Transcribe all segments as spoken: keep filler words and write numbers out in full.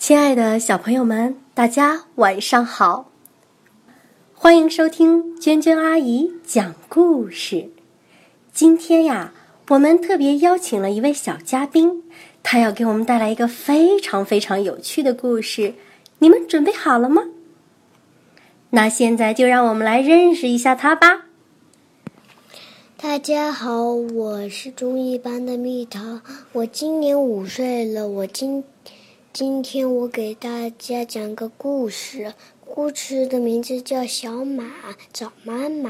亲爱的小朋友们，大家晚上好！欢迎收听娟娟阿姨讲故事。今天呀，我们特别邀请了一位小嘉宾，他要给我们带来一个非常非常有趣的故事。你们准备好了吗？那现在就让我们来认识一下他吧。 大家好，我是中一班的蜜桃，我今年五岁了。我今今天我给大家讲个故事，故事的名字叫《小马找妈妈》。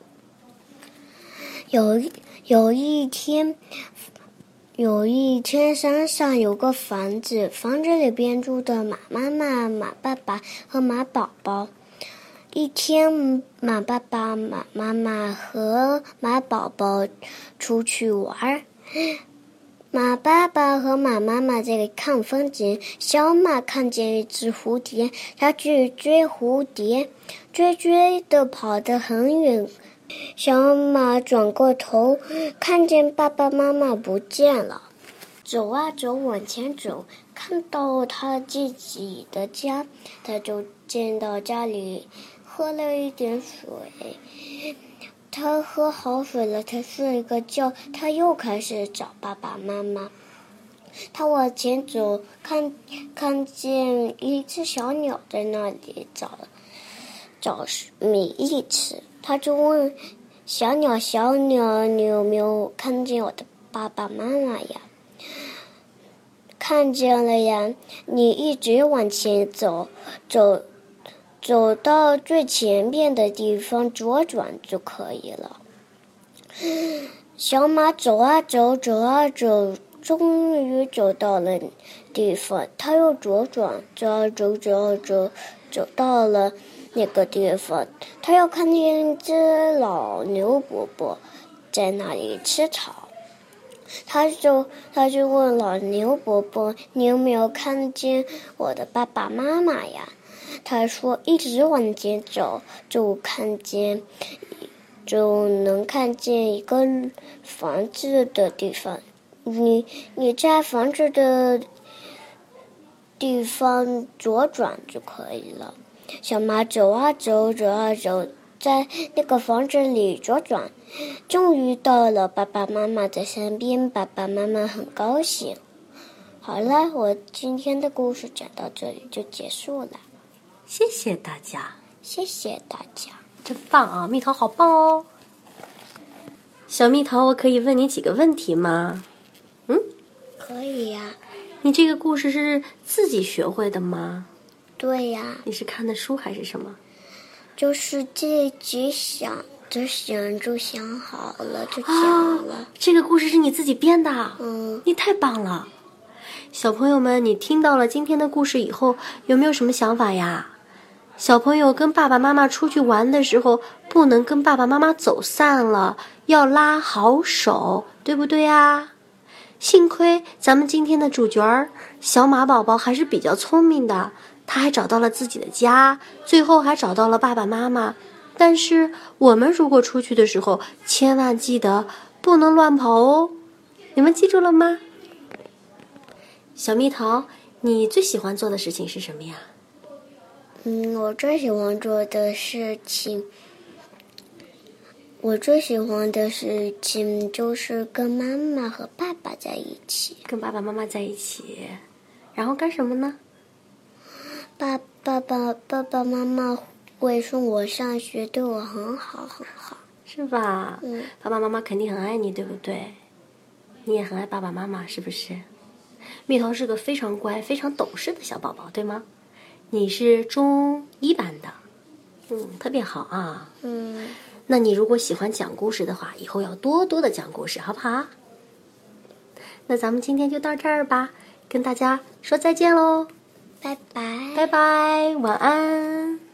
有有一天，有一天山上有个房子，房子里边住的马妈妈、马爸爸和马宝宝。一天，马爸爸、马妈妈和马宝宝出去玩。马爸爸和马妈妈在看风景，小马看见一只蝴蝶，它去追蝴蝶，追追的跑得很远。小马转过头，看见爸爸妈妈不见了，走啊走，往前走，看到他自己的家，他就进到家里，喝了一点水。他喝好水了，他睡个觉，他又开始找爸爸妈妈。他往前走，看看见一只小鸟在那里找找米粒吃，他就问小鸟：“小鸟，你有没有看见我的爸爸妈妈呀？”“看见了呀，你一直往前走，走。”走到最前面的地方左转就可以了。小马走啊走，走啊走，终于走到了地方。他又左转，走啊走，走啊走，走到了那个地方。他又看见一只老牛伯伯在那里吃草。他就他就问老牛伯伯：“你有没有看见我的爸爸妈妈呀？”他说：“一直往前走，就看见，就能看见一个房子的地方。你你在房子的地方左转就可以了。”小马走啊走，走啊走，在那个房子里左转，终于到了爸爸妈妈的身边。爸爸妈妈很高兴。好了，我今天的故事讲到这里就结束了。 谢谢大家， 谢谢大家， 真棒啊！蜜桃好棒哦。小蜜桃，我可以问你几个问题吗？嗯， 可以呀。 你这个故事是自己学会的吗？ 对呀。 你是看的书还是什么？ 就是自己想着想就想好了就讲了、 哦。这个故事是你自己编的？ 嗯， 你太棒了。小朋友们，你听到了今天的故事以后，有没有什么想法呀？小朋友跟爸爸妈妈出去玩的时候，不能跟爸爸妈妈走散了，要拉好手，对不对呀？幸亏咱们今天的主角儿小马宝宝还是比较聪明的，他还找到了自己的家，最后还找到了爸爸妈妈。但是我们如果出去的时候，千万记得不能乱跑哦，你们记住了吗？小蜜桃，你最喜欢做的事情是什么呀？ 嗯，我最喜欢做的事情，我最喜欢的事情就是跟妈妈和爸爸在一起。 跟爸爸妈妈在一起，然后干什么呢？ 爸爸爸爸爸妈妈会送我上学，对我很好很好， 是吧？ 嗯， 爸爸妈妈肯定很爱你，对不对？你也很爱爸爸妈妈，是不是？蜜桃是个非常乖、非常懂事的小宝宝，对吗？你是中一班的，嗯，特别好啊。 嗯， 那你如果喜欢讲故事的话，以后要多多的讲故事，好不好？那咱们今天就到这儿吧，跟大家说再见喽， 拜拜， 拜拜，晚安。